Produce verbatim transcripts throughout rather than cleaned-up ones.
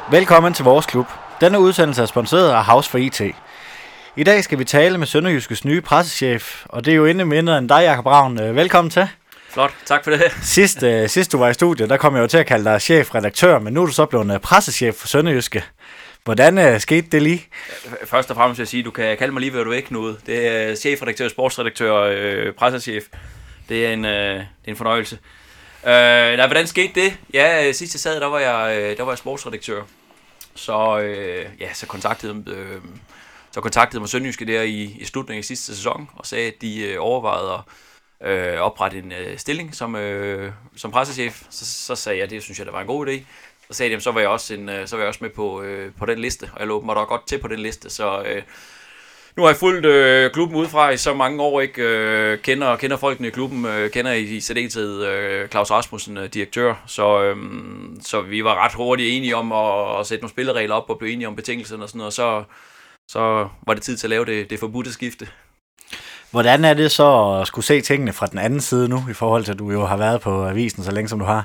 Velkommen til vores klub. Denne udsendelse er sponsoreret af House for I T. I dag skal vi tale med Sønderjyskes nye pressechef, og det er jo intet mindre end dig, Jakob Ravn. Velkommen til. Flot, tak for det. Sidst, øh, sidst du var i studiet, der kom jeg jo til at kalde dig chefredaktør, men nu er du så blevet pressechef for Sønderjyske. Hvordan øh, skete det lige? Først og fremmest vil jeg sige, du kan kalde mig lige, hvad du er, Knud. Det er chefredaktør, sportsredaktør, øh, pressechef. Det er en, øh, det er en fornøjelse. Øh, nej, hvordan skete det? Ja, sidst jeg sad, der var jeg, der var jeg sportsredaktør. Så, øh, ja, så kontaktede øh, så kontaktede mig Sønderjyske der i, i slutningen af sidste sæson, og sagde, at de øh, overvejede at øh, oprette en øh, stilling som, øh, som pressechef. Så, så sagde jeg, det synes jeg, der var en god idé. Så sagde de, så var jeg også, en, så var jeg også med på, øh, på den liste, og jeg lå mig da godt til på den liste. Så øh, nu har jeg fulgt øh, klubben udefra i så mange år, ikke øh, kender, kender folkene i klubben, øh, kender i, i særdeleshed øh, Claus Rasmussen, øh, direktør. Så, øh, så vi var ret hurtigt enige om at, at sætte nogle spilleregler op og blive enige om betingelserne og sådan noget. Og så, så var det tid til at lave det, det forbudte skifte. Hvordan er det så at skulle se tingene fra den anden side nu, i forhold til at du jo har været på avisen så længe som du har?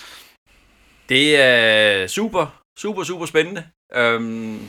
Det er super, super, super spændende. Øhm,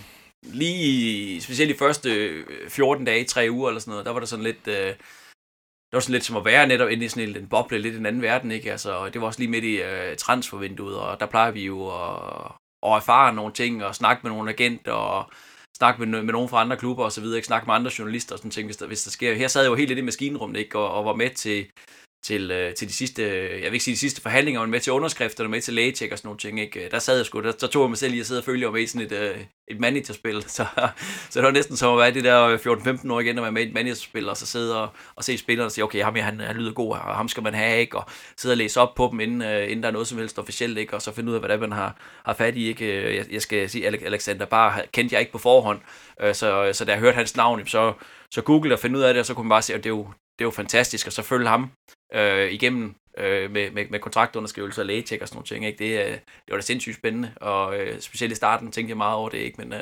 lige specielt de første fjorten dage, tre uger eller sådan noget, der var der sådan lidt, øh, det var sådan lidt som at være netop inde i sådan en boble, lidt i en anden verden, ikke? Altså, det var også lige midt i øh, transfervinduet, og der plejer vi jo at, at erfare nogle ting, og snakke med nogle agenter, og snakke med, med nogen fra andre klubber og så videre, ikke? Snakke med andre journalister og sådan ting, hvis der, hvis der sker. Her sad jeg jo helt lidt i maskinrummet, ikke? Og, og var med til Til, øh, til de sidste, jeg vil ikke sige de sidste forhandlinger, men med til underskrifter og med til lægetjek og sådan nogle ting, ikke? Der sad jeg sgu, der, der tog jeg mig selv i at sidde og følge mig med i sådan et, øh, et managerspil, så, så det var næsten som at være det der fjorten femten år igen, når man er med i et managerspil, og så sidde og, og se spillerne og sige, okay, ham, han, han lyder god, og ham skal man have, ikke? Og sidde og læse op på dem, inden, øh, inden der er noget som helst officielt, ikke? Og så finde ud af, hvad man har, har fat i, ikke? Jeg, jeg skal sige, Alexander Bar kendte jeg ikke på forhånd, øh, så, så da jeg hørte hans navn, så, så Google og finde ud af det, og så kunne man bare sige, at det er jo, det er jo fantastisk, og så følge ham øh, igennem øh, med, med, med kontraktunderskrivelse og lægetjek og sådan nogle ting, ikke? Det, øh, det var da sindssygt spændende, og øh, specielt i starten tænkte jeg meget over det, ikke? Men øh,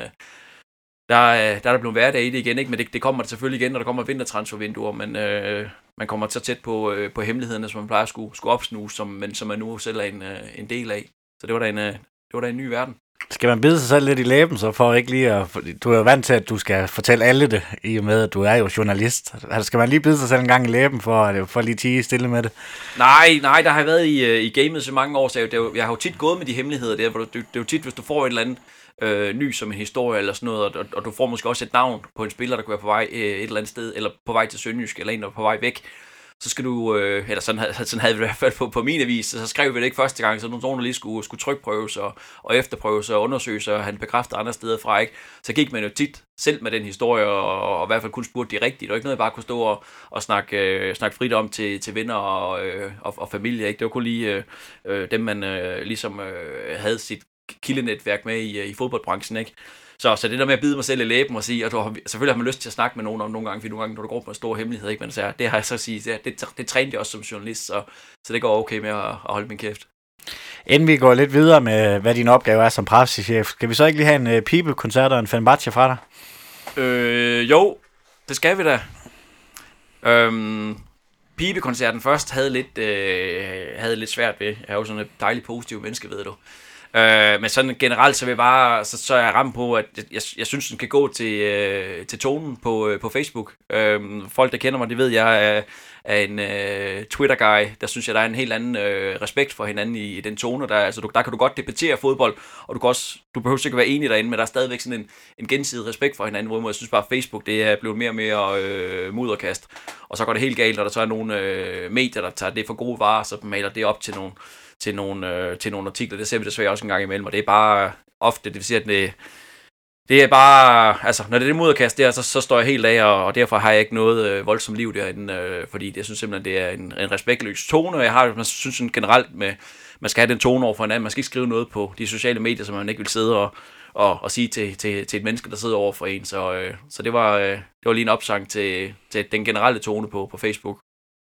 der, øh, der er der blevet hverdag i det igen, ikke? Men det, det kommer det selvfølgelig igen, når der kommer vintertransfervinduer, men øh, man kommer så tæt på, øh, på hemmelighederne, som man plejer at skulle, skulle opsnuse, som, men som man nu selv er en, øh, en del af. Så det var da en, øh, det var da en ny verden. Skal man bide sig selv lidt i læben, så for ikke lige at... Du er jo vant til, at du skal fortælle alle det, i og med, at du er jo journalist. Altså, skal man lige bide sig selv en gang i læben, for, for lige tige stille med det? Nej, nej, der har jeg været i, i gamet så mange år, så jeg, jeg har jo tit gået med de hemmeligheder der, hvor det, det er jo tit, hvis du får et eller andet øh, ny som en historie eller sådan noget, og, og du får måske også et navn på en spiller, der kan være på vej øh, et eller andet sted, eller på vej til Sønderjysk, eller en, der er på vej væk, så skal du, øh, eller sådan, sådan havde vi det i hvert fald på, på min avis, så skrev vi det ikke første gang, så nogle nogen, der lige skulle, skulle trykprøves og, og efterprøves og undersøges, og han bekræfter andre steder fra, ikke? Så gik man jo tit selv med den historie, og, og i hvert fald kun spurgte de rigtige. Det var ikke noget, jeg bare kunne stå og, og snakke, øh, snakke frit om til, til venner og, øh, og, og familie, ikke? Det var kun lige øh, dem, man øh, ligesom øh, havde sit kildenetværk med i, i fodboldbranchen, ikke? Så, så det der med at bide mig selv i læben og sige, at du har, selvfølgelig har man lyst til at snakke med nogen om nogle gange, fordi nogle gange, når du går på en stor hemmelighed, ikke? Men så, det har jeg så at sige, det, det, det trænede jeg også som journalist, så, så det går okay med at, at holde min kæft. Inden vi går lidt videre med, hvad din opgave er som pressechef, skal vi så ikke lige have en uh, People-koncert og en Fenerbahce fra dig? Øh, jo, det skal vi da. Øhm, Pibe-koncerten først havde lidt, øh, havde lidt svært ved. Jeg er jo sådan et dejligt positivt menneske, ved du. Øh, men sådan generelt, så vil jeg bare, så, så er jeg ramt på, at jeg, jeg synes, den kan gå til, øh, til tonen på, øh, på Facebook. Øh, folk, der kender mig, de ved, jeg er, er en øh, Twitter-guy. Der synes jeg, der er en helt anden øh, respekt for hinanden i, i den tone. Der, altså, du, der kan du godt debattere fodbold, og du kan også, du behøver ikke være enig derinde, men der er stadigvæk sådan en, en gensidig respekt for hinanden, hvor jeg synes bare, at Facebook, det er blevet mere og mere øh, mudderkast. Og så går det helt galt, når der så er nogle øh, medier, der tager det for gode varer, så maler det op til nogle til nogle, øh, til nogle artikler. Det ser vi desværre også en gang imellem, og det er bare ofte, det vil sige, at det, det er bare, altså, når det er det mudderkast der, så, så står jeg helt af, og, og derfor har jeg ikke noget øh, voldsomt liv derinde, øh, fordi jeg synes simpelthen, det er en, en respektløs tone, og jeg har, man synes sådan generelt, med, man skal have den tone over for hinanden, man skal ikke skrive noget på de sociale medier, som man ikke vil sidde og, og, og sige til, til, til et menneske, der sidder over for en, så, øh, så det, var, øh, det var lige en opsang til, til den generelle tone på, på Facebook.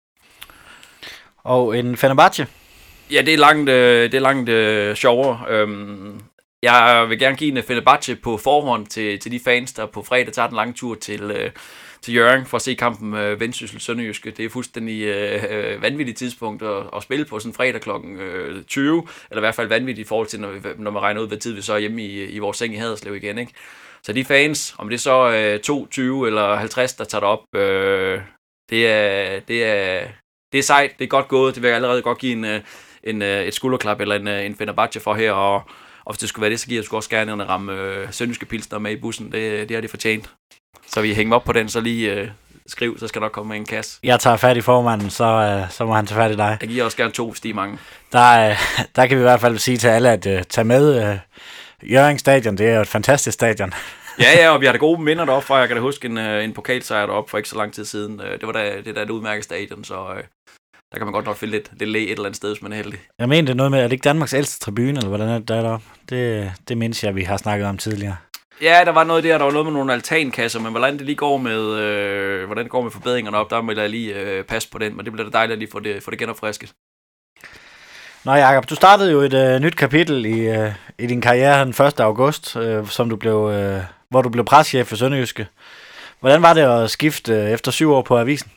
Og en Fenerbahce? Ja, det er langt, øh, det er langt øh, sjovere. Øhm, jeg vil gerne give en Fenerbahce på forhånd til, til de fans, der på fredag tager den lange tur til, øh, til Hjørring for at se kampen øh, Vendsyssel-Sønderjyske. Det er fuldstændig øh, vanvittigt tidspunkt at, at spille på sådan fredag klokken øh, tyve, eller i hvert fald vanvittigt i forhold til, når, vi, når man regner ud, hvad tid vi så er hjemme i, i vores seng i Haderslev igen, ikke? Så de fans, om det er så øh, to, tyve eller halvtreds, der tager det op, øh, det, er, det, er, det er sejt, det er godt gået, det vil jeg allerede godt give en, en, et skulderklap eller en, en Fenerbahce for her, og, og hvis det skulle være det, så giver jeg sgu også gerne en ramme øh, sønderjyske pilsner med i bussen, det, det har de fortjent. Så vi hænger op på den, så lige øh, skriv, så skal der komme en kasse. Jeg tager fat i formanden, så, øh, så må han tage fat i dig. Jeg giver også gerne to, hvis de er mange. Der, øh, der kan vi i hvert fald sige til alle, at øh, tage med øh, Hjørring Stadion, det er jo et fantastisk stadion. Ja, ja, og vi har da gode minder deroppe fra. Jeg kan da huske en, en pokalsejr deroppe for ikke så lang tid siden. Det var da det der et udmærket stadion, så øh, der kan man godt nok finde lidt, lidt læ et eller andet sted, hvis man er heldig. Jeg mener, det er noget med, er det ikke Danmarks ældste tribune, eller hvordan er det der deroppe? Det, det mindes jeg, vi har snakket om tidligere. Ja, der var noget der, der var noget med nogle altankasser, men hvordan det lige går med, øh, hvordan det går med forbedringerne op, der må jeg lige øh, passe på den, men det bliver da dejligt at lige få det, få det genopfrisket. Nå Jacob, du startede jo et øh, nyt kapitel i, øh, i din karriere den første august, øh, som du blev, øh, hvor du blev preschef for Sønderjyske. Hvordan var det at skifte øh, efter syv år på avisen?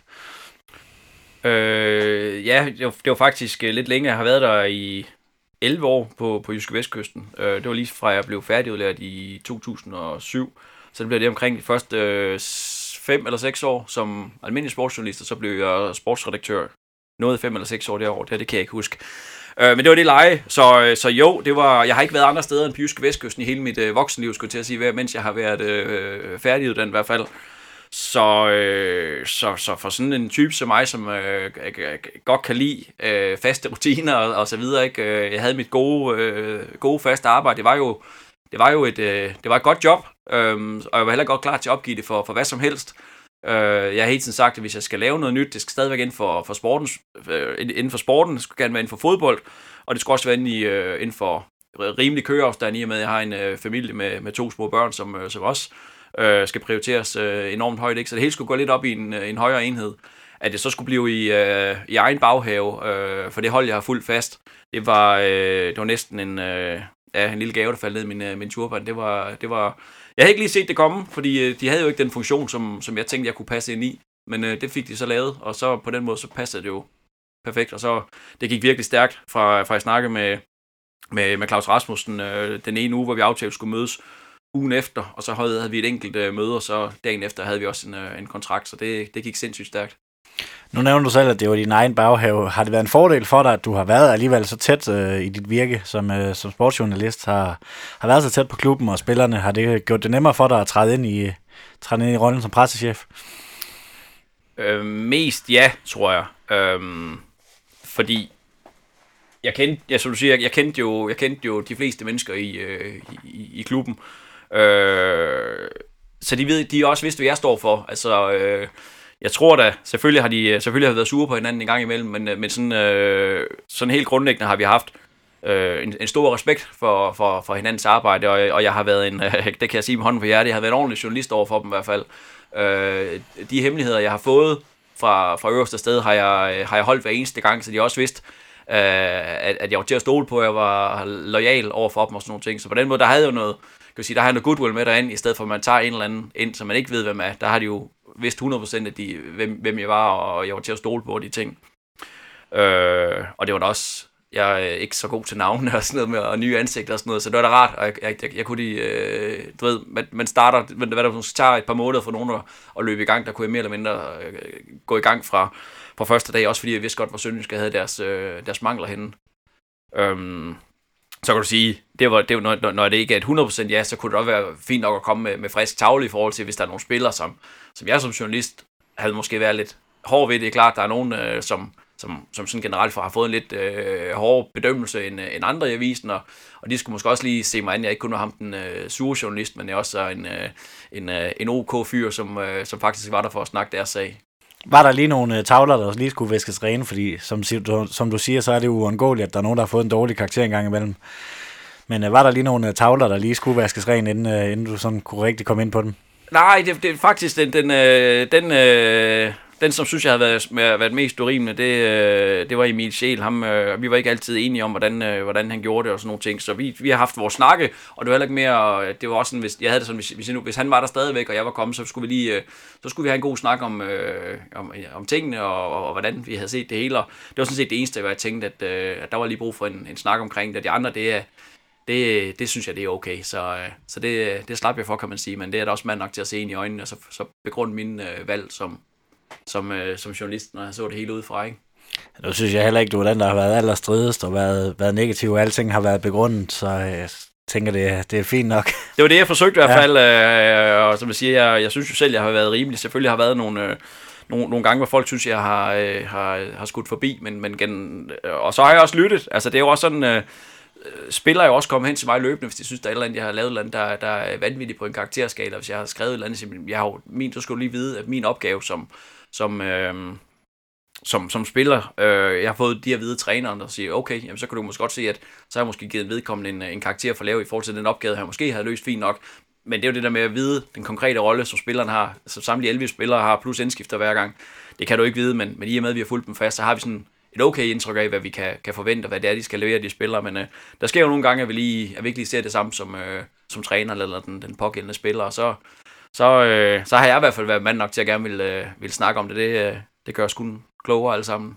Øh, ja, det var, det var faktisk lidt længe. Jeg har været der i elleve år på, på Jyske Vestkysten. Øh, det var lige fra jeg blev færdigudlært i to tusind og syv. Så det blev det omkring de første øh, fem eller seks år som almindelig sportsjournalist, og så blev jeg sportsredaktør. Noget fem eller seks år derovre, det, det kan jeg ikke huske. Øh, men det var det leje, så, så jo, det var, jeg har ikke været andre steder end på Jyske Vestkysten i hele mit øh, voksenliv, skulle jeg til at sige, mens jeg har været øh, færdiguddannet i hvert fald. Så, øh, så, så for sådan en type som mig, som øh, godt kan lide øh, faste rutiner og, og så videre, ikke? Jeg havde mit gode, øh, gode faste arbejde. Det var jo, det var jo et, øh, det var et godt job, øh, og jeg var heller godt klar til at opgive det for, for hvad som helst. Øh, jeg har hele tiden sagt, at hvis jeg skal lave noget nyt, det skal stadigvæk inden for, for sporten, øh, inden for sporten, det skal gerne være inden for fodbold, og det skal også være inden, i, øh, inden for rimelig køreafstand, i og med, at jeg har en øh, familie med, med to små børn, som, øh, som også øh, skal prioriteres øh, enormt højt, ikke? Så det hele skulle gå lidt op i en, en højere enhed. At det så skulle blive i, øh, i egen baghave, øh, for det hold, jeg har fuldt fast, det var, øh, det var næsten en, øh, ja, en lille gave, der faldt ned i min, øh, min turban. Det var, det var, jeg havde ikke lige set det komme, fordi øh, de havde jo ikke den funktion, som, som jeg tænkte, jeg kunne passe ind i. Men øh, det fik de så lavet, og så på den måde, så passede det jo perfekt. Og så, det gik virkelig stærkt, fra, fra jeg snakkede med, med, med Claus Rasmussen øh, den ene uge, hvor vi aftalte skulle mødes ugen efter, og så havde vi et enkelt øh, møde, og så dagen efter havde vi også en, øh, en kontrakt, så det, det gik sindssygt stærkt. Nu nævner du selv, at det var din egen baghave. Har det været en fordel for dig, at du har været alligevel så tæt øh, i dit virke som, øh, som sportsjournalist, har, har været så tæt på klubben og spillerne? Har det gjort det nemmere for dig at træde ind i, træde ind i rollen som pressechef? Øh, mest ja, tror jeg. Øhm, fordi jeg kendte, ja, som du siger, jeg kendte jo, jeg kendte jo de fleste mennesker i, øh, i, i klubben. Øh, så de ved, de også vidste, hvad jeg står for. Altså, øh, jeg tror da, selvfølgelig har de selvfølgelig har vi været sure på hinanden en gang imellem, men, men sådan, øh, sådan helt grundlæggende har vi haft øh, en, en stor respekt for, for, for hinandens arbejde, og, og jeg har været en, øh, det kan jeg sige med hånden på hjertet, jeg har været en ordentlig journalist over for dem i hvert fald. Øh, de hemmeligheder, jeg har fået fra, fra øverste sted, har jeg, har jeg holdt hver eneste gang, så de også vidste, øh, at, at jeg var til at stole på, at jeg var loyal over for dem og sådan nogle ting. Så på den måde, der havde jeg jo noget, kan jeg sige, der har jeg noget goodwill med derind, i stedet for at man tager en eller anden ind, som man ikke ved, hvem er. Der har de jo vidst hundrede procent, at de, hvem, hvem jeg var, og jeg var til at stole på de ting. Øh, og det var da også, jeg er ikke så god til navne og sådan noget med, og nye ansigter og sådan noget, så det var da rart, og jeg, jeg, jeg, jeg kunne de, øh, du ved, man, man starter, hvad der tager et par måneder for nogen at, at løbe i gang, der kunne jeg mere eller mindre øh, gå i gang fra, fra første dag, også fordi jeg vidste godt, hvor Sønderjyske havde deres, øh, deres mangler henne. Øh, Så kan du sige, det var, det var, når, når det ikke er et hundrede procent ja, så kunne det også være fint nok at komme med, med frisk tavle i forhold til, hvis der er nogle spillere, som, som jeg som journalist havde måske været lidt hård ved. Det er klart, der er nogen, øh, som, som, som sådan generelt har fået en lidt øh, hård bedømmelse end, end andre i avisen, og, og de skulle måske også lige se mig an. Jeg er ikke kun ham den øh, sure journalist, men jeg er også en, øh, en, øh, en OK-fyr, som, øh, som faktisk var der for at snakke deres sag. Var der lige nogle uh, tavler, der lige skulle væskes rene? Fordi som, som du siger, så er det jo uundgåeligt, at der er nogen, der har fået en dårlig karakter en gang imellem. Men uh, var der lige nogle uh, tavler, der lige skulle væskes rene, inden, uh, inden du sådan kunne rigtig komme ind på dem? Nej, det, det er faktisk den, den, øh, den, øh, den, som synes, jeg havde været, været mest urimelig, det, det var Emil Scheel. Ham, vi var ikke altid enige om, hvordan, hvordan han gjorde det og sådan nogle ting. Så vi, vi har haft vores snakke, og det var heller ikke mere... Det var også sådan, hvis, jeg havde det sådan, hvis, hvis, hvis han var der stadigvæk, og jeg var kommet, så skulle vi lige så skulle vi have en god snak om, øh, om, om tingene, og, og, og hvordan vi havde set det hele. Og det var sådan set det eneste, jeg tænkte, at, at der var lige brug for en, en snak omkring det. De andre, det er... Det, det synes jeg, det er okay, så, så det, det slap jeg for, kan man sige, men det er da også mand nok til at se ind i øjnene, og så, så begrunde mine øh, valg som, som, øh, som journalist, når jeg så det hele udefra, ikke? Nu synes jeg heller ikke, du er den, der har været allerstridest og været, været negativ, og alting har været begrundet, så jeg tænker, det, det er fint nok. Det var det, jeg forsøgte i hvert fald, ja. øh, og som jeg siger, jeg, jeg synes jo selv, jeg har været rimelig. Selvfølgelig har været nogle... Øh, Nogle, nogle gange, hvor folk synes, jeg har, øh, har, har skudt forbi, men, men gen, øh, og så har jeg også lyttet. Altså, det er jo også sådan... Øh, spiller jo også kommet hen til mig løbende, hvis de synes, der er et eller andet, jeg har lavet et eller andet, der, der er vanvittigt på en karakterskala. Hvis jeg har skrevet et eller andet, så jeg har jo, min, så skal du lige vide, at min opgave som, som, øh, som, som spiller, øh, jeg har fået de her hvide trænere, der siger, okay, jamen, så kan du måske godt se, at så har jeg måske givet vedkommende en, en karakter for lav i forhold til den opgave, han måske havde løst fint nok. Men det er jo det der med at vide den konkrete rolle, som spilleren har, som samtlige elleve spillere har, plus indskifter hver gang. Det kan du ikke vide, men, men i og med, at vi har fulgt dem fast, så har vi sådan et okay indtryk af, hvad vi kan, kan forvente, og hvad det er, de skal levere, de spillere. Men øh, der sker jo nogle gange, at vi, lige, at vi ikke lige ser det samme som, øh, som træner eller den, den pågældende spiller. Og så, så, øh, så har jeg i hvert fald været mand nok til at gerne vil, øh, vil snakke om det. Det, øh, det gør os kun klogere alle sammen.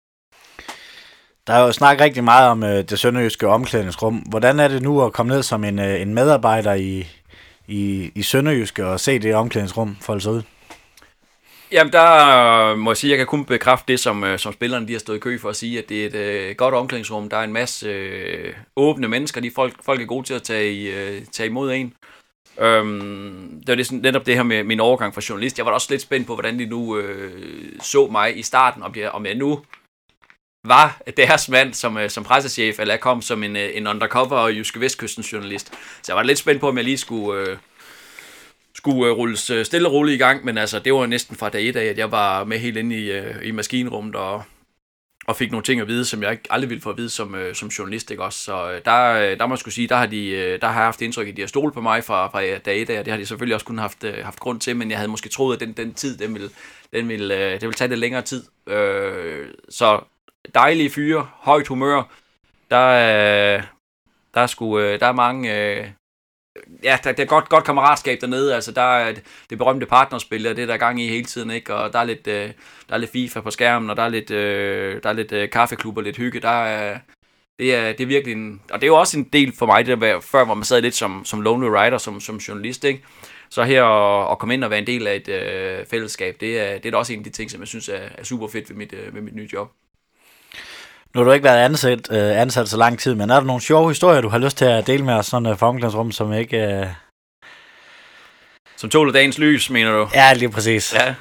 Der er jo snakket rigtig meget om øh, det sønderjyske omklædningsrum. Hvordan er det nu at komme ned som en, øh, en medarbejder i, i, i Sønderjyske og se det omklædningsrum folde sig ud? Jamen, der må jeg sige, at jeg kan kun bekræfte det, som, som spillerne de har stået i kø for at sige, at det er et øh, godt omklædningsrum. Der er en masse øh, åbne mennesker, de folk, folk er gode til at tage, øh, tage imod en. Øhm, det var det, netop det her med min overgang fra journalist. Jeg var også lidt spændt på, hvordan de nu øh, så mig i starten, om jeg, om jeg nu var deres mand som, som pressechef, eller jeg kom som en, en undercover og Jyske Vestkystens journalist. Så jeg var lidt spændt på, om jeg lige skulle... Øh, skulle uh, rulles uh, stille og roligt i gang, men altså, det var næsten fra dag et af, at jeg var med helt inde i, uh, i maskinrummet og, og fik nogle ting at vide, som jeg ikke aldrig ville få at vide som, uh, som journalist, ikke også? Så uh, der, der må jeg skulle sige, der har, de, uh, der har jeg haft indtryk, at de har stolet på mig fra, fra dag et af, og det har de selvfølgelig også kun haft, uh, haft grund til, men jeg havde måske troet, at den, den tid, den ville, den ville, uh, det ville tage lidt længere tid. Uh, så dejlige fyre, højt humør, der, uh, der, er, sgu, uh, der er mange... Uh, Ja, der, der er godt, godt kammeratskab dernede, altså der er det berømte partnerspil, og det er der gang i hele tiden, ikke? Og der er lidt, øh, der er lidt FIFA på skærmen, og der er lidt, øh, der er lidt øh, kaffeklub og lidt hygge, der er, det er, det er virkelig en, og det er jo også en del for mig, det der før, hvor man sad lidt som, som lonely rider, som, som journalist, ikke? Så her at, at komme ind og være en del af et øh, fællesskab, det er, det er da også en af de ting, som jeg synes er, er super fedt ved mit, øh, ved mit nye job. Nu har du ikke været ansat, øh, ansat så lang tid, men er der nogle sjove historier, du har lyst til at dele med os, sådan et uh, omklædningsrum, som ikke... Øh... Som tåler dagens lys, mener du? Ja, lige præcis. Ja.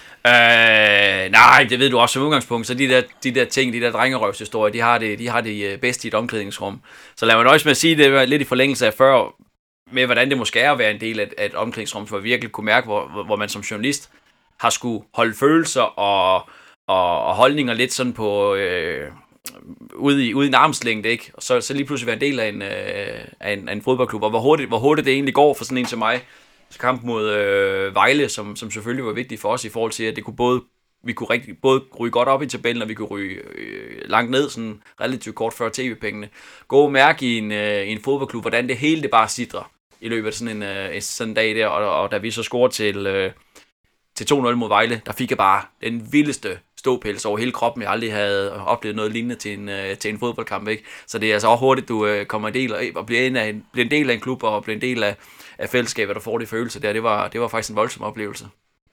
Øh, nej, det ved du også som udgangspunkt, så de der, de der ting, de der drengerøvshistorier, de har det, de har det bedst i et omklædningsrum. Så lad mig nøjes med at sige, det var lidt i forlængelse af før, med hvordan det måske er at være en del af, af et omklædningsrum, for at virkelig kunne mærke, hvor, hvor man som journalist har skulle holde følelser og, og, og holdninger lidt sådan på... Øh, ude i, ude i en armslængde, ikke? Og så, så lige pludselig være en del af en, øh, af en, af en fodboldklub, og hvor hurtigt, hvor hurtigt det egentlig går for sådan en som mig. Så kamp mod øh, Vejle, som, som selvfølgelig var vigtigt for os i forhold til, at det kunne både, vi kunne rigtig, både ryge godt op i tabellen, og vi kunne ryge øh, langt ned, sådan relativt kort før tv-pengene. Gå og mærke i en, øh, i en fodboldklub, hvordan det hele det bare sidder i løbet af sådan en, øh, sådan en dag der, og, og da vi så scorede til, øh, til to nul mod Vejle, der fik jeg bare den vildeste ståpels over hele kroppen. Jeg aldrig havde oplevet noget lignende til en, øh, til en fodboldkamp, ikke? Så det er altså også hurtigt, du øh, kommer en del af, og bliver en, af en, bliver en del af en klub, og bliver en del af, af fællesskabet, der får de følelser der. Det var, det var faktisk en voldsom oplevelse.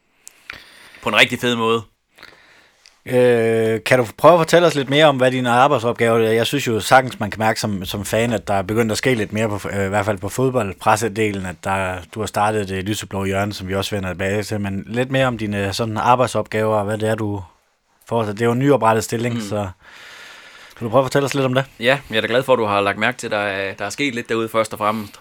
På en rigtig fed måde. Øh, kan du prøve at fortælle os lidt mere om, hvad dine arbejdsopgaver er? Jeg synes jo sagtens, man kan mærke som, som fan, at der er begyndt at ske lidt mere, på, øh, i hvert fald på fodboldpressedelen, at der, du har startet det lyseblå hjørne, som vi også vender tilbage til, men lidt mere om dine sådan arbejdsopgaver, og hvad det er, du fortsat. Det er jo en nyoprettet stilling, mm. så kan du prøve at fortælle os lidt om det? Ja, jeg er da glad for, at du har lagt mærke til, at der, der er sket lidt derude først og fremmest.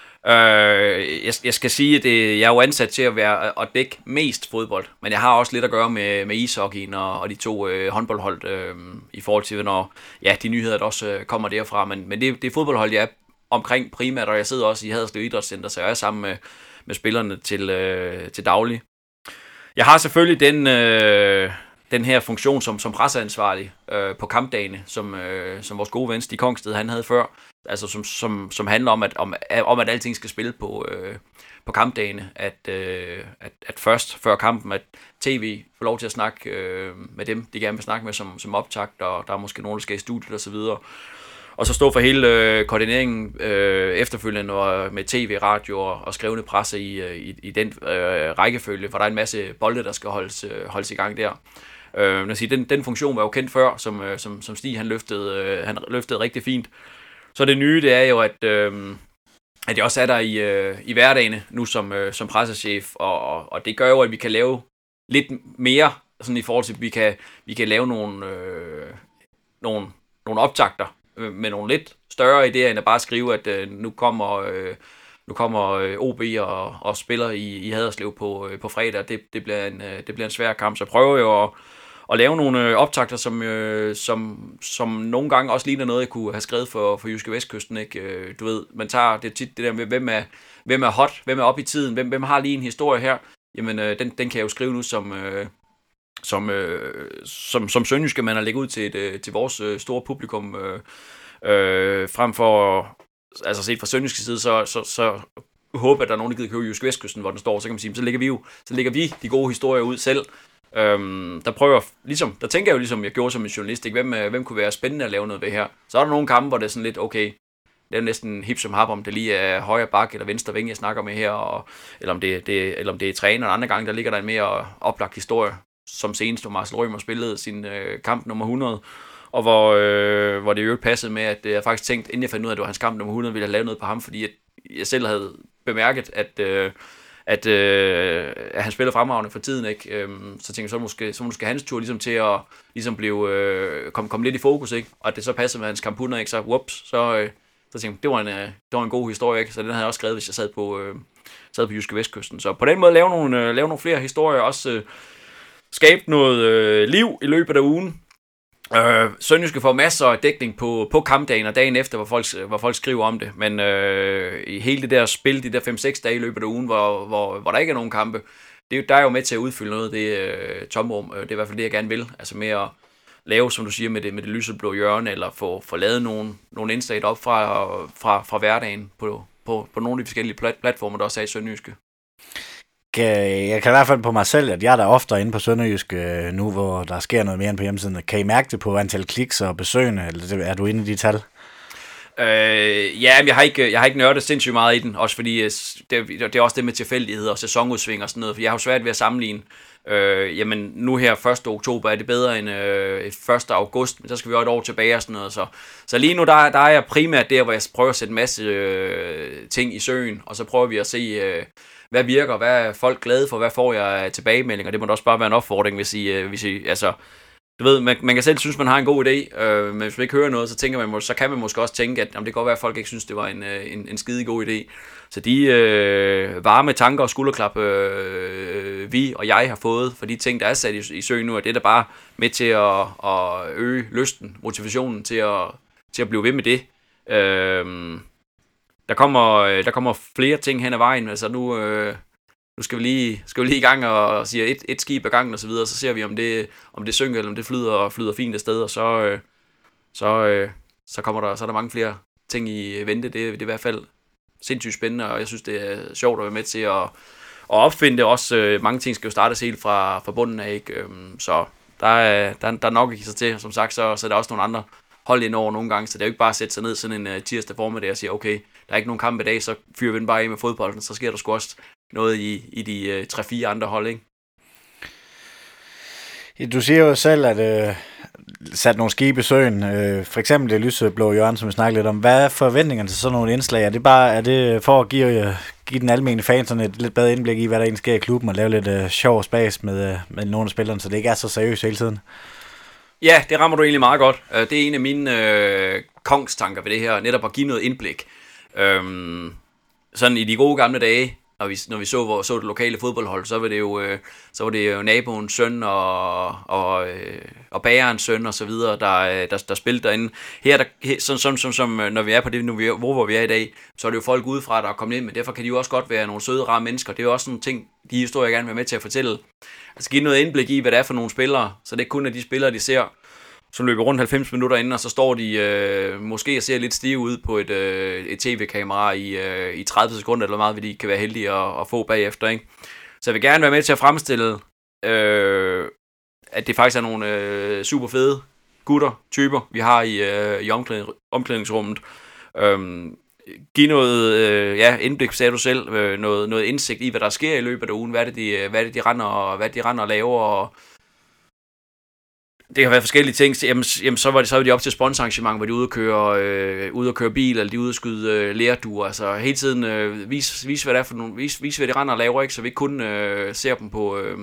Øh, jeg, jeg skal sige, at det, jeg er jo ansat til at være at dække mest fodbold, men jeg har også lidt at gøre med, med ishockeyen og, og de to øh, håndboldhold øh, i forhold til, når ja, de nyheder, der også øh, kommer derfra. Men, men det, det er fodboldhold, jeg er omkring primært, og jeg sidder også i Haderslev Idrætscenter, så jeg er sammen med, med spillerne til, øh, til daglig. Jeg har selvfølgelig den, øh, den her funktion som, som presseansvarlig øh, på kampdagene, som, øh, som vores gode ven Stig Kongsted, han havde før. Altså som, som, som handler om, at, om, om, at alting skal spille på, øh, på kampdagene. At, øh, at, at først, før kampen, at tv får lov til at snakke øh, med dem, de gerne vil snakke med som, som optakt, og der er måske nogen, der skal i studiet osv., og så stå for hele øh, koordineringen øh, efterfølgende og med tv, radio og, og skrevne presse i, i, i den øh, rækkefølge, hvor der er en masse bolde, der skal holdes, øh, holdes i gang der. Øh, jeg sige, den, den funktion var jo kendt før, som, øh, som, som Stig han løftede, øh, han løftede rigtig fint. Så det nye, det er jo, at, øh, at jeg også er der i, øh, i hverdagene nu som, øh, som pressechef, og, og det gør jo, at vi kan lave lidt mere, sådan i forhold til, at vi kan, vi kan lave nogle, øh, nogle, nogle optakter, med nogle lidt større idéer, end at bare skrive, at øh, nu kommer, øh, nu kommer øh, O B og, og spiller i, i Haderslev på, øh, på fredag. Det, det, bliver en, øh, det bliver en svær kamp, så jeg prøver jo at, at lave nogle øh, optakter, som, øh, som, som nogle gange også ligner noget, jeg kunne have skrevet for, for Jyske Vestkysten. Ikke? Øh, du ved, man tager det tit det der med, hvem er, hvem er hot, hvem er op i tiden, hvem, hvem har lige en historie her. Jamen, øh, den, den kan jeg jo skrive nu som... Øh, som, øh, som, som sønderjyske man har lægget ud til, et, øh, til vores øh, store publikum, øh, øh, frem for, altså set fra sønderjyske side, så, så, så håber at der er nogen, der gider købe Jyske Vestkysten, hvor den står, så kan man sige, så lægger vi jo, så lægger vi de gode historier ud selv. Øhm, der prøver, ligesom, der tænker jeg jo ligesom, jeg gjorde som en journalist, ikke? Hvem, hvem kunne være spændende at lave noget ved her? Så er der nogle kampe, hvor det er sådan lidt, okay, det er næsten hip som hap, om det lige er højre bak eller venstre vinge, jeg snakker med her, og, eller, om det, det, eller om det er træner, og andre gange, der ligger der en mere oplagt historie, som senest, hvor Marcel Rømer spillede sin øh, kamp nummer hundrede, og hvor, øh, hvor det jo passede med, at jeg faktisk tænkte, inden jeg fandt ud af, at det var hans kamp nummer hundrede, ville jeg lave noget på ham, fordi at jeg selv havde bemærket, at, øh, at, øh, at han spiller fremragende for tiden, ikke? Øhm, så tænkte jeg, så måske, så måske hans tur ligesom til at ligesom blive, øh, komme kom lidt i fokus, ikke? Og at det så passede med hans kamp hundrede, ikke? Så whoops, så, øh, så tænkte jeg, det var, en, øh, det var en god historie, ikke? Så den havde jeg også skrevet, hvis jeg sad på, øh, sad på Jyske Vestkysten. Så på den måde lave nogle, øh, lave nogle flere historier, også øh, skabe noget øh, liv i løbet af ugen. Øh, Sønderjyske får masser af dækning på, på kampdagen og dagen efter, hvor folk, hvor folk skriver om det, men øh, i hele det der spil, de der fem seks dage i løbet af ugen, hvor, hvor, hvor der ikke er nogen kampe, det, der er jo med til at udfylde noget af det øh, tomrum. Det er i hvert fald det, jeg gerne vil. Altså med at lave, som du siger, med det, med det lyseblå hjørne, eller få, få lavet nogle, nogle indslag op fra, fra, fra hverdagen på, på, på nogle af de forskellige plat, platformer, der også er i Sønderjyske. Jeg kan i hvert fald på mig selv, at jeg er der oftere inde på Sønderjysk nu, hvor der sker noget mere end på hjemmesiden. Kan I mærke det på antal kliks og besøgende, eller er du inde i de tal? Øh, ja, jeg har, ikke, jeg har ikke nørdet sindssygt meget i den, også fordi det, det er også det med tilfældigheder og sæsonudsving og sådan noget, for jeg har jo svært ved at sammenligne. Øh, jamen nu her første oktober er det bedre end øh, første august, men så skal vi også et år tilbage og sådan noget. Så, så lige nu der, der er jeg primært der, hvor jeg prøver at sætte en masse øh, ting i søen, og så prøver vi at se... Øh, hvad virker, hvad er folk glade for, hvad får jeg tilbagemeldinger, det må da også bare være en opfordring, hvis I, hvis I altså, du ved, man, man kan selv synes, man har en god idé, øh, men hvis man ikke hører noget, så tænker man, så kan man måske også tænke, at jamen, det kan godt være, at folk ikke synes, det var en, en, en skide god idé. Så de øh, varme tanker og skulderklap, øh, vi og jeg har fået, for de ting, der er sat i, i søen nu, er det der bare med til at, at øge lysten, motivationen til at, til at blive ved med det. Øh, Der kommer, der kommer flere ting hen ad vejen, altså nu, øh, nu skal, vi lige, skal vi lige i gang og sige et, et skib ad gangen og så videre, så ser vi om det, om det synker, eller om det flyder, flyder fint afsted, og så, øh, så, øh, så kommer der, så er der mange flere ting i vente. Det, det er i hvert fald sindssygt spændende, og jeg synes, det er sjovt at være med til at, at opfinde det også. Øh, mange ting skal jo startes helt fra, fra bunden af, ikke? Øhm, så der er, der, der er nok at give sig til. Som sagt, så, så er der også nogle andre hold ind over nogle gange, så det er jo ikke bare at sætte sig ned sådan en uh, tirsdag formiddag og sige, okay, der er ikke nogen kamp i dag, så fyrer vi den bare af med fodbolden, så sker der sgu også noget i, i de uh, tre fire andre hold, ikke? Du siger jo selv, at øh, sat nogle skibe i søen, øh, for eksempel det lyseblå hjørne, som vi snakkede lidt om. Hvad er forventningerne til sådan nogle indslag? Er det bare er det for at give, øh, give den almindelige fan sådan et lidt bedre indblik i, hvad der egentlig sker i klubben, og lave lidt øh, sjov og spas med, øh, med nogle af spillerne, så det ikke er så seriøst hele tiden? Ja, det rammer du egentlig meget godt. Det er en af mine øh, kongstanker ved det her, netop at give noget indblik. Øhm, sådan i de gode gamle dage, når vi, når vi så, hvor, så det lokale fodboldhold, så var det jo, øh, så var det jo naboens søn og, og, øh, og bagerens søn og så videre, der, der, der spillede derinde. Her, der, som, som, som, som, når vi er på det niveau, hvor vi er i dag, så er det jo folk udefra, der er kommet ind, men derfor kan de jo også godt være nogle søde, rare mennesker. Det er jo også sådan ting, de historier, jeg gerne vil være med til at fortælle. Altså give noget indblik i, hvad det er for nogle spillere, så det er ikke kun af de spillere, de ser, som løber rundt halvfems minutter inden, og så står de øh, måske og ser lidt stive ud på et, øh, et tv-kamera i, øh, i tredive sekunder, eller meget, vil de kan være heldige at, at få bagefter, ikke? Så jeg vil gerne være med til at fremstille, øh, at det faktisk er nogle øh, super fede gutter, typer, vi har i, øh, i omklædning, omklædningsrummet. Øh, Giv noget øh, ja, indblik, sagde du selv, øh, noget, noget indsigt i, hvad der sker i løbet af ugen, hvad det de, hvad det, de render og hvad de render og laver, og det har været forskellige ting. Jamen, jamen så var det så var de op til sponsorarrangement, hvor de ude at køre øh, ude at køre bil, eller de ude at skyde øh, lærduer. Altså hele tiden øh, vis, vis hvad det er for nogle, vis, vis hvad de render og laver, ikke, så vi ikke kun øh, ser dem på øh,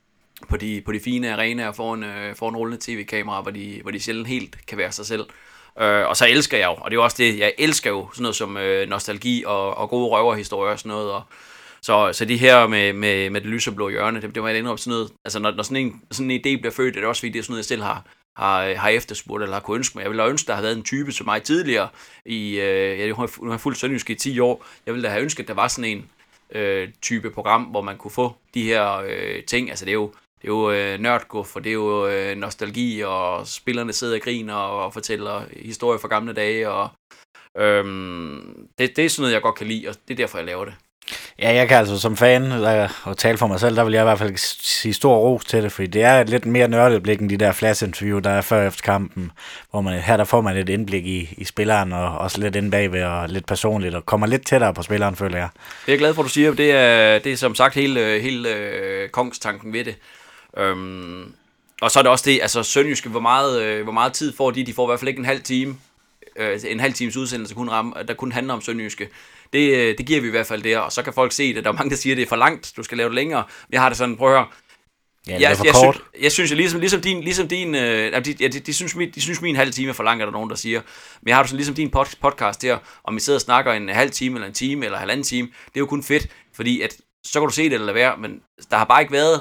på de på de fine arenaer foran øh, foran rullende tv-kameraer, hvor de hvor de sjældent helt kan være sig selv. Øh, og så elsker jeg jo, og det er jo også det, jeg elsker jo sådan noget som øh, nostalgi og, og gode røverhistorier og sådan noget, og Så, så de her med, med, med det lyseblå hjørne, det, det var jeg indrømme sådan noget, altså når, når sådan, en, sådan en idé bliver født, er det også fordi, det er sådan noget, jeg selv har, har, har efterspurgt, eller har kunnet ønske mig. Jeg ville have ønsket, der havde været en type som mig tidligere, i, øh, jeg har, har fulgt sønderjysk i ti år, jeg ville da have ønsket, at der var sådan en øh, type program, hvor man kunne få de her øh, ting, altså det er jo, det er jo øh, nørdguf, for det er jo øh, nostalgi, og spillerne sidder og griner og, og fortæller historier fra gamle dage, og øh, det, det er sådan noget, jeg godt kan lide, og det er derfor, jeg laver det. Ja, jeg kan altså som fan, og tale for mig selv, der vil jeg i hvert fald sige stor ros til det, fordi det er et lidt mere nørdet blik end de der flash-interview, der er før efter kampen, hvor man, her der får man et indblik i, i spilleren, og også lidt inde bagved, og lidt personligt, og kommer lidt tættere på spilleren, føler jeg. Det er jeg glad for, at du siger, det er, det er som sagt hele, hele øh, kongstanken ved det. Øhm, og så er det også det, altså Sønderjyske, hvor meget, øh, hvor meget tid får de, de får i hvert fald ikke en halv time, øh, en halv times udsendelse, kun ramme, der kun handler om Sønderjyske. Det, det giver vi i hvert fald der, og så kan folk se det. Der er mange, der siger, at det er for langt, du skal lave det længere. Jeg har det sådan, prøv at høre. Ja, det er jeg, for jeg, kort. Synes, jeg synes, ligesom, ligesom din, ligesom din øh, de, ja, de, de, synes, min, de synes, min halv time er for langt, er der nogen, der siger. Men jeg har det sådan, ligesom din pod, podcast her, om vi sidder og snakker en halv time, eller en time, eller halvanden time. Det er jo kun fedt, fordi at, så kan du se det eller lade være, men der har bare ikke været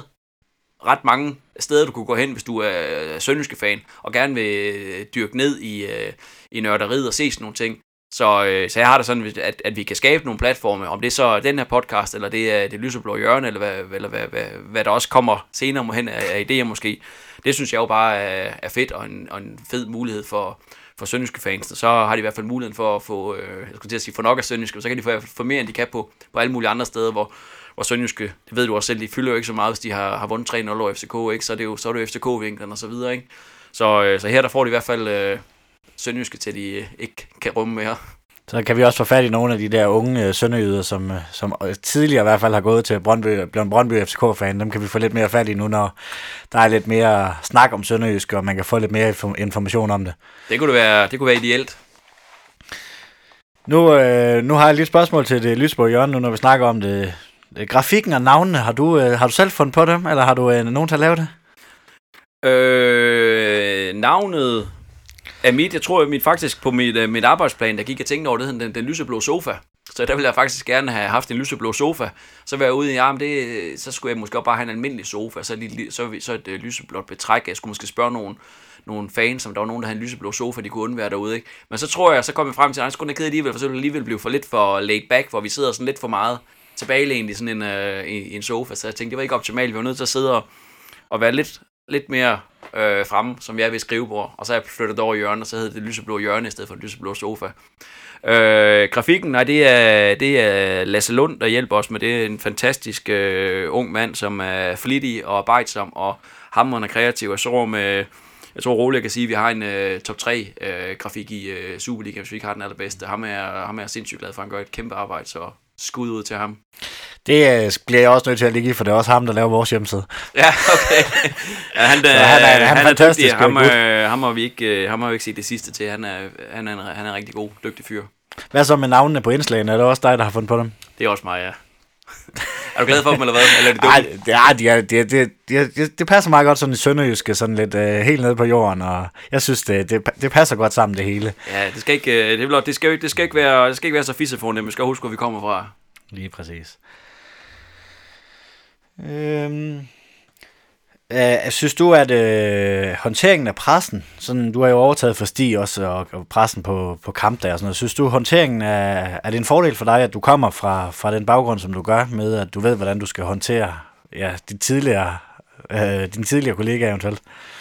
ret mange steder, du kunne gå hen, hvis du er sønderjyske fan, og gerne vil dyrke ned i, i nørderiet og se sådan nogle ting. Så, øh, så jeg har det sådan, at, at vi kan skabe nogle platforme, om det er så den her podcast, eller det er det lyseblå hjørne, eller hvad, eller hvad, hvad, hvad der også kommer senere hen af, af idéer måske. Det synes jeg jo bare er, er fedt, og en, og en fed mulighed for, for sønderjyske fans. Så har de i hvert fald muligheden for at få, øh, jeg skulle til at sige, for nok af sønderjyske, så kan de få, få mere, end de kan på, på alle mulige andre steder, hvor, hvor sønderjyske, det ved du også selv, de fylder jo ikke så meget, hvis de har, har vundet tre nul over F C K, ikke? Så er det jo, så er det jo F C K-vinklen og så videre, ikke? Så, øh, så her der får de i hvert fald øh, sønderjyske, til de øh, ikke kan rumme mere. Så kan vi også få fat i nogle af de der unge øh, sønderjyder, som, øh, som tidligere i hvert fald har gået til Brøndby, blevet Brøndby F C K-fan. Dem kan vi få lidt mere fat i nu, når der er lidt mere snak om sønderjysk, og man kan få lidt mere information om det. Det kunne, det være, det kunne være ideelt. Nu, øh, nu har jeg lidt spørgsmål til det lysblå hjørne, nu når vi snakker om det. Grafikken og navnene, har du, øh, har du selv fundet på dem, eller har du øh, nogen til at lave det? Øh, navnet er mit, jeg tror at mit, faktisk på mit, uh, mit arbejdsplan, der gik jeg tænkte over det, den, den lyseblå sofa. Så der ville jeg faktisk gerne have haft en lyseblå sofa. Så var jeg ude i, ja, men det, så skulle jeg måske også bare have en almindelig sofa, så, så, så et uh, lyseblåt betræk. Jeg skulle måske spørge nogen, nogle fans, som der var nogen, der havde en lyseblå sofa, de kunne undvære derude, ikke? Men så tror jeg, så kom jeg frem til, at jeg skulle ikke alligevel, for så ville det alligevel blive for lidt for laid back, hvor vi sidder sådan lidt for meget tilbagelænet i sådan en, uh, i, i en sofa. Så jeg tænkte, det var ikke optimalt. Vi var nødt til at sidde og, og være lidt, lidt mere øh, fremme, som jeg er ved skrivebord. Og så er jeg flyttet over i hjørnet, og så hedder det lyseblå hjørne i stedet for lyseblå sofa. Øh, grafikken, nej, det er, det er Lasse Lund, der hjælper os med det. Det er en fantastisk øh, ung mand, som er flittig og arbejdsom, og hamrende kreativ. Jeg tror med, jeg tror roligt, jeg kan sige, at vi har en øh, top tre øh, grafik i øh, Superliga, hvis vi ikke har den allerbedste. Ham er, ham er sindssygt glad for, han gør et kæmpe arbejde, så skud ud til ham. Det øh, bliver jeg også nødt til at ligge i, for det er også ham, der laver vores hjemmeside. Ja, okay. Ja, han, der, han er, han er, han er fantastisk. Dygtig. Ham, øh, ham, har vi ikke, ham har vi ikke set det sidste til. Han er, han er, en, han er en rigtig god, dygtig fyr. Hvad så med navnene på indslagene? Er det også dig, der har fundet på dem? Det er også mig, ja. Er du glad for dem, eller hvad? Eller er det dumt? Ej, det, er, det, det, det, det, det passer meget godt sådan i sønderjyske, sådan lidt øh, helt nede på jorden, og jeg synes, det, det, det passer godt sammen, det hele. Ja, det skal ikke, det, det skal, det skal ikke være, det skal ikke være så fissefornemt. Vi skal huske, hvor vi kommer fra. Lige præcis. Øhm, øh, synes du, at øh, håndteringen af pressen, sådan, du har jo overtaget for Stig også, og, og pressen på, på kampdag og sådan noget, synes du, håndteringen er, er det en fordel for dig, at du kommer fra, fra den baggrund, som du gør, med at du ved, hvordan du skal håndtere ja, de tidligere, øh, dine tidligere kollegaer eventuelt?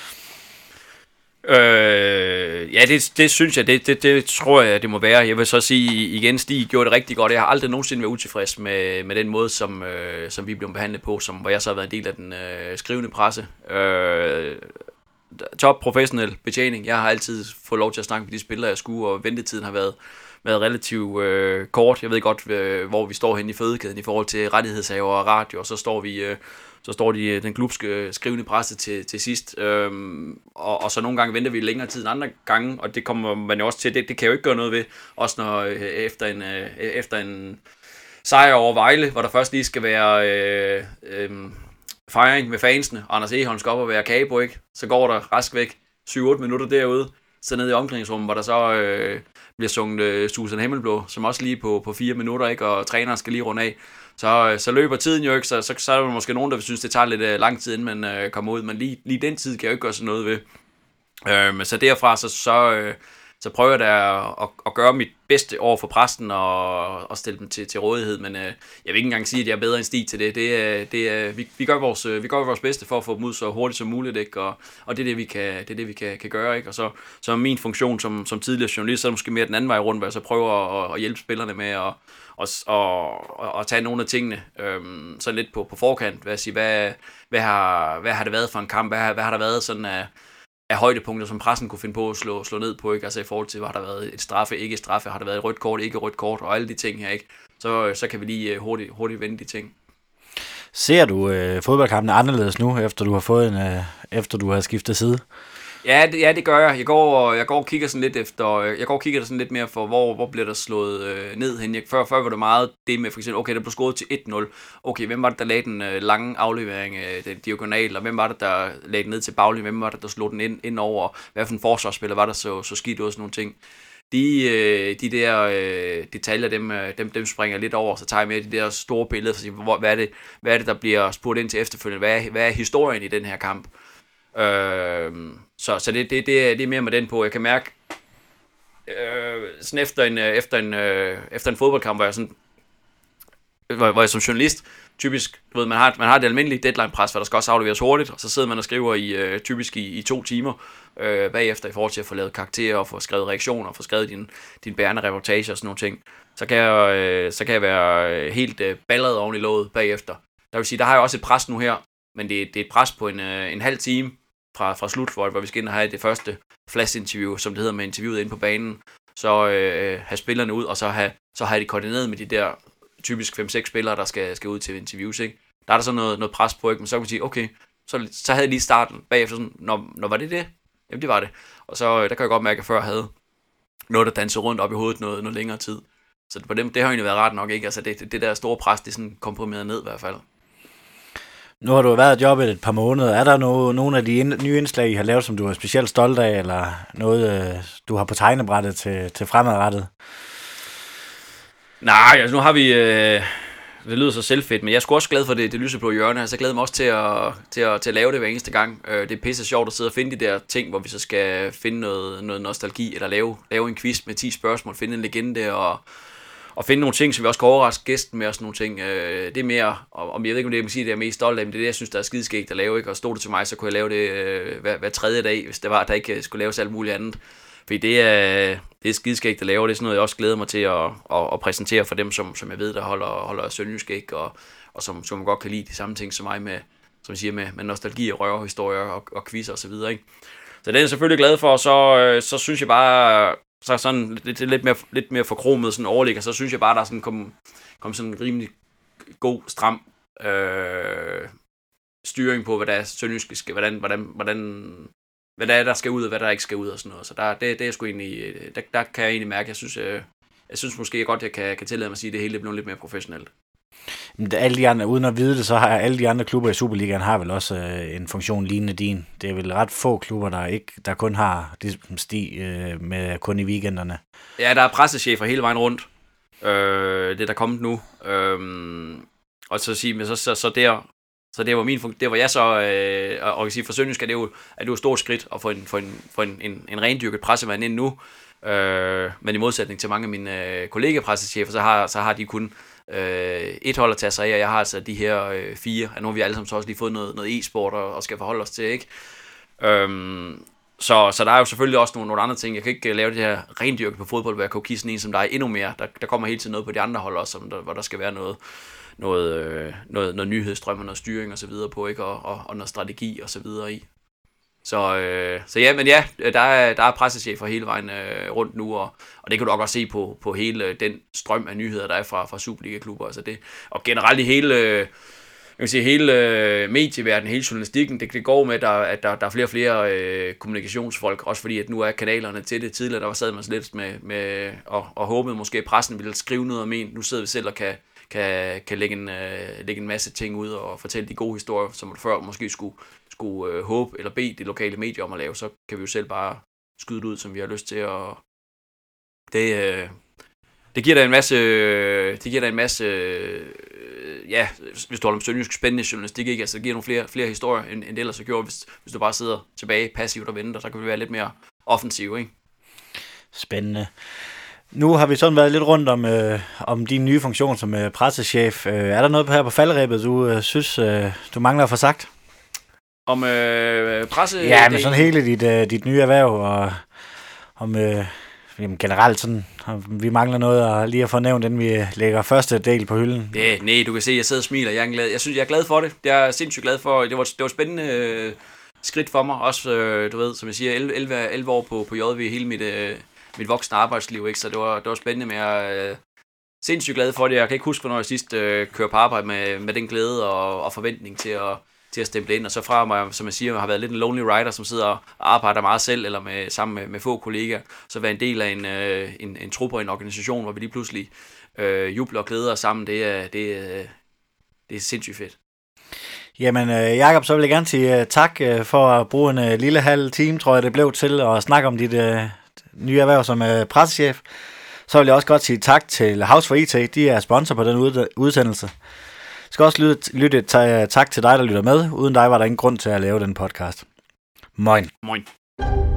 Øh, ja, det, det synes jeg, det, det, det tror jeg, det må være. Jeg vil så sige igen, Stig gjorde det rigtig godt. Jeg har aldrig nogensinde været utilfreds med, med den måde, som, øh, som vi blev behandlet på, som, hvor jeg så har været en del af den øh, skrivende presse. Øh, top professionel betjening. Jeg har altid fået lov til at snakke med de spillere, jeg skulle, og ventetiden har været, været relativt øh, kort. Jeg ved godt, øh, hvor vi står henne i fødekæden i forhold til rettighedshaver og radio, og så står vi... Øh, så står de den klubske skrivende presse til, til sidst, øhm, og, og så nogle gange venter vi længere tid end andre gange, og det kommer man jo også til, det, det kan jeg jo ikke gøre noget ved, også når øh, efter, en, øh, efter en sejr over Vejle, hvor der først lige skal være øh, øh, fejring med fansene, og Anders Egholm skal op og være kage på, ikke? Så går der rask væk syv otte minutter derude, så ned i omklædningsrummet, hvor der så øh, bliver sunget øh, Susan Himmelblå, som også lige på, på fire minutter, ikke? Og træneren skal lige runde af. Så, så løber tiden jo ikke, så, så, så er der måske nogen, der synes, det tager lidt uh, lang tid, inden man uh, kommer ud, men lige, lige den tid kan jeg jo ikke gøre sådan noget ved. Uh, så derfra, så, så, uh, så prøver jeg da at, at gøre mit bedste over for præsten og, og stille dem til, til rådighed, men uh, jeg vil ikke engang sige, at jeg er bedre end Stig til det. det, uh, det uh, vi, vi, gør vores, uh, vi gør vores bedste for at få dem ud så hurtigt som muligt, ikke? Og, og det er det, vi kan, det er det, vi kan, kan gøre. Ikke? Og så, så er min funktion som, som tidligere journalist, så er det måske mere den anden vej rundt, hvor jeg så prøver at, at hjælpe spillerne med at Og, og, og, og tage nogle af tingene øhm, sådan lidt på, på forkant. Hvad, sige, hvad, hvad, har, hvad har det været for en kamp? Hvad, hvad har der været sådan af, af højdepunkter, som pressen kunne finde på at slå, slå ned på? Ikke? Altså i forhold til, hvad har der været et straffe, ikke et straffe? Har der været et rødt kort, ikke et rødt kort? Og alle de ting her, ikke? Så, så kan vi lige hurtigt, hurtigt vende de ting. Ser du øh, fodboldkampen anderledes nu, efter du har fået en, øh, efter du har skiftet side? Ja, det, ja, det gør jeg. Jeg går og jeg går og kigger sådan lidt efter. Jeg går og kigger sådan lidt mere for hvor hvor bliver der slået øh, ned hen. Jeg, før før var det meget det med for eksempel okay, der blev scoret til et nul. Okay, hvem var det der lagde den øh, lange aflevering, øh, den diagonal, og hvem var det der lagde den ned til baglinjen? Hvem var det der slog den ind, ind over? Hvad for en forsvarsspiller var der så så skidt ud og sådan nogle ting. De øh, de der øh, detaljer dem, dem dem springer lidt over, så tager jeg med de der store billeder for at sige, hvor, hvad er det hvad er det der bliver spurgt ind til efterfølgende? Hvad er, hvad er historien i den her kamp? Øh, så så det, det, det, er, det er mere med den på. Jeg kan mærke øh, sådan efter en, efter, en, øh, efter en fodboldkamp, hvor jeg, sådan, hvor, hvor jeg som journalist typisk, du ved, man har, man har det almindelige deadline-pres, hvor der skal også afleveres hurtigt, og så sidder man og skriver i, øh, typisk i, i to timer øh, bagefter i forhold til at få lavet karakterer og få skrevet reaktioner og få skrevet din, din bærende reportage og sådan nogle ting. Så kan jeg, øh, så kan jeg være helt øh, balleret oven i låget bagefter. Der vil sige, der har jeg også et pres nu her, men det, det er et pres på en, øh, en halv time fra, fra slut, hvor, hvor vi skal ind og have det første flash-interview, som det hedder, med interviewet inde på banen, så øh, have spillerne ud, og så have, så have de koordineret med de der typisk fem seks spillere, der skal, skal ud til interviews, ikke? Der er der så noget, noget pres på, ikke? Men så kan man sige, okay, så, så havde jeg lige starten bagefter sådan, når, når var det det? Jamen det var det. Og så, der kan jeg godt mærke, at jeg før havde noget, der dansede rundt op i hovedet noget, noget længere tid. Så på dem, det har egentlig været ret nok, ikke? Altså det, det, det der store pres, det er sådan komprimeret ned i hvert fald. Nu har du været i jobbet et par måneder. Er der no, nogle af de ind, nye indslag, I har lavet, som du er specielt stolt af, eller noget, øh, du har på tegnebrættet til, til fremadrettet? Nej, altså nu har vi... Øh, det lyder så selvfedt, men jeg er sgu også glad for det, det lyseblå hjørne. Altså jeg glæder mig også til at, til at, til at lave det hver eneste gang. Øh, det er pisse sjovt at sidde og finde de der ting, hvor vi så skal finde noget, noget nostalgi, eller lave, lave en quiz med ti spørgsmål, finde en legende, og... og finde nogle ting, som vi også kan overraske gæsten med, og sådan nogle ting. Øh, det er mere, og jeg ved ikke, om det er, jeg sige, det er mest stolt af, men det er det, jeg synes, der er skideskægt at lave, ikke? Og stod det til mig, så kunne jeg lave det øh, hver, hver tredje dag, hvis det var, at der ikke skulle laves alt muligt andet. Fordi det er, det er skideskægt at lave, og det er sådan noget, jeg også glæder mig til at, at, at præsentere for dem, som, som jeg ved, der holder, holder sønderjysk, ikke? Og, og som, som godt kan lide de samme ting som mig, med, som jeg siger, med, med nostalgi og røverhistorier og, og quizzer og så videre, ikke? Så det er jeg selvfølgelig glad for, og så, så synes jeg bare... så sådan lidt, lidt mere lidt mere forkromet sådan overligger, så synes jeg bare, der sådan kom, kom sådan en rimelig god, stram øh, styring på, hvad der er sønderjysk skal, hvordan, hvordan, hvordan, hvad der er, der skal ud, og hvad der ikke skal ud, og sådan noget. Så der, det, det er sgu egentlig, der, der kan jeg egentlig mærke, jeg synes, jeg, jeg synes måske godt, jeg kan, kan tillade mig at sige, at det hele er blevet lidt mere professionelt. Men alle de andre, uden at vide det, så har alle de andre klubber i Superligaen har vel også øh, en funktion lignende din. Det er vel ret få klubber, der ikke der kun har ligesom Stig øh, med kun i weekenderne. Ja, der er pressechefer hele vejen rundt. Øh, det er der kommet nu. Øh, og så sige, men så, så, så der Så det var min det var jeg så, øh, og, og kan sige, for Sønderjysk er det jo, er det jo et stort skridt at få en, for en, for en, en, en rendyrket pressemand ind nu. Øh, men i modsætning til mange af mine øh, kollega-pressechefer, så har, så har de kun øh, et hold at tage sig af, og jeg har altså de her øh, fire. Og nu har vi alle sammen så også lige fået noget, noget e-sport og, og skal forholde os til, ikke? Øhm, så, så der er jo selvfølgelig også nogle, nogle andre ting. Jeg kan ikke lave det her rendyrke på fodbold, hvor jeg kan kigge sådan en, som der er endnu mere. Der, der kommer hele tiden noget på de andre hold også, der, hvor der skal være noget, noget, øh, noget, noget nyhedsstrøm og noget styring og så videre på, ikke? Og, og, og noget strategi og så videre i. Så, øh, så ja, men ja, der er, der er pressechefer hele vejen øh, rundt nu, og, og det kan du også se på, på hele den strøm af nyheder, der er fra, fra Superliga-klubber. Altså det, og generelt i hele, jeg vil sige, hele øh, medieverdenen, hele journalistikken, det, det går med, der, at der, der er flere og flere øh, kommunikationsfolk, også fordi at nu er kanalerne til det. Tidligere der var sad man lidt med, med og, og håbede måske, at pressen ville skrive noget om en. Nu sidder vi selv og kan, kan, kan lægge, en, øh, lægge en masse ting ud og fortælle de gode historier, som man før måske skulle skulle øh, håbe eller bede de lokale medier om at lave, så kan vi jo selv bare skyde det ud, som vi har lyst til, og det, øh, det giver dig en masse, det giver dig en masse, øh, ja, hvis du holder om sønderjysk spændende journalistik, ikke? Altså det giver nogle flere, flere historier, end, end det ellers har gjort, hvis, hvis du bare sidder tilbage passivt og venter, så kan vi være lidt mere offensiv, ikke? Spændende. Nu har vi sådan været lidt rundt om, øh, om din nye funktion som øh, pressechef. Øh, er der noget her på faldrebet, du øh, synes, øh, du mangler at få sagt? Om øh, presse... Ja, men sådan hele dit, øh, dit nye erhverv, og om øh, jamen, generelt sådan, vi mangler noget at lige at få nævnt, inden vi lægger første del på hylden. Ja, nej, du kan se, jeg sidder og smiler, jeg er glad. Jeg synes, jeg er glad for det. Jeg er sindssygt glad for det. Det var, det var et spændende øh, skridt for mig, også, øh, du ved, som jeg siger, elleve, elleve år på, på J V, hele mit, øh, mit voksne arbejdsliv, ikke? Så det var, det var spændende, men jeg er øh, sindssygt glad for det. Jeg kan ikke huske, hvornår jeg sidst øh, kører på arbejde med, med den glæde og, og forventning til at til at stemple ind, og så fra mig, som jeg siger, jeg har været lidt en lonely rider, som sidder og arbejder meget selv, eller med, sammen med, med få kollegaer, så være en del af en, øh, en, en truppe og en organisation, hvor vi lige pludselig øh, jubler og glæder os sammen, det er, det, er, det er sindssygt fedt. Jamen, øh, Jakob, så vil jeg gerne sige uh, tak uh, for at bruge en uh, lille halv time, tror jeg det blev til, at snakke om dit uh, nye erhverv som uh, pressechef. Så vil jeg også godt sige tak til House for I T, de er sponsor på den ud- udsendelse. Jeg skal også lytte, lytte t- tak til dig, der lytter med. Uden dig var der ingen grund til at lave den podcast. Moin. Moin.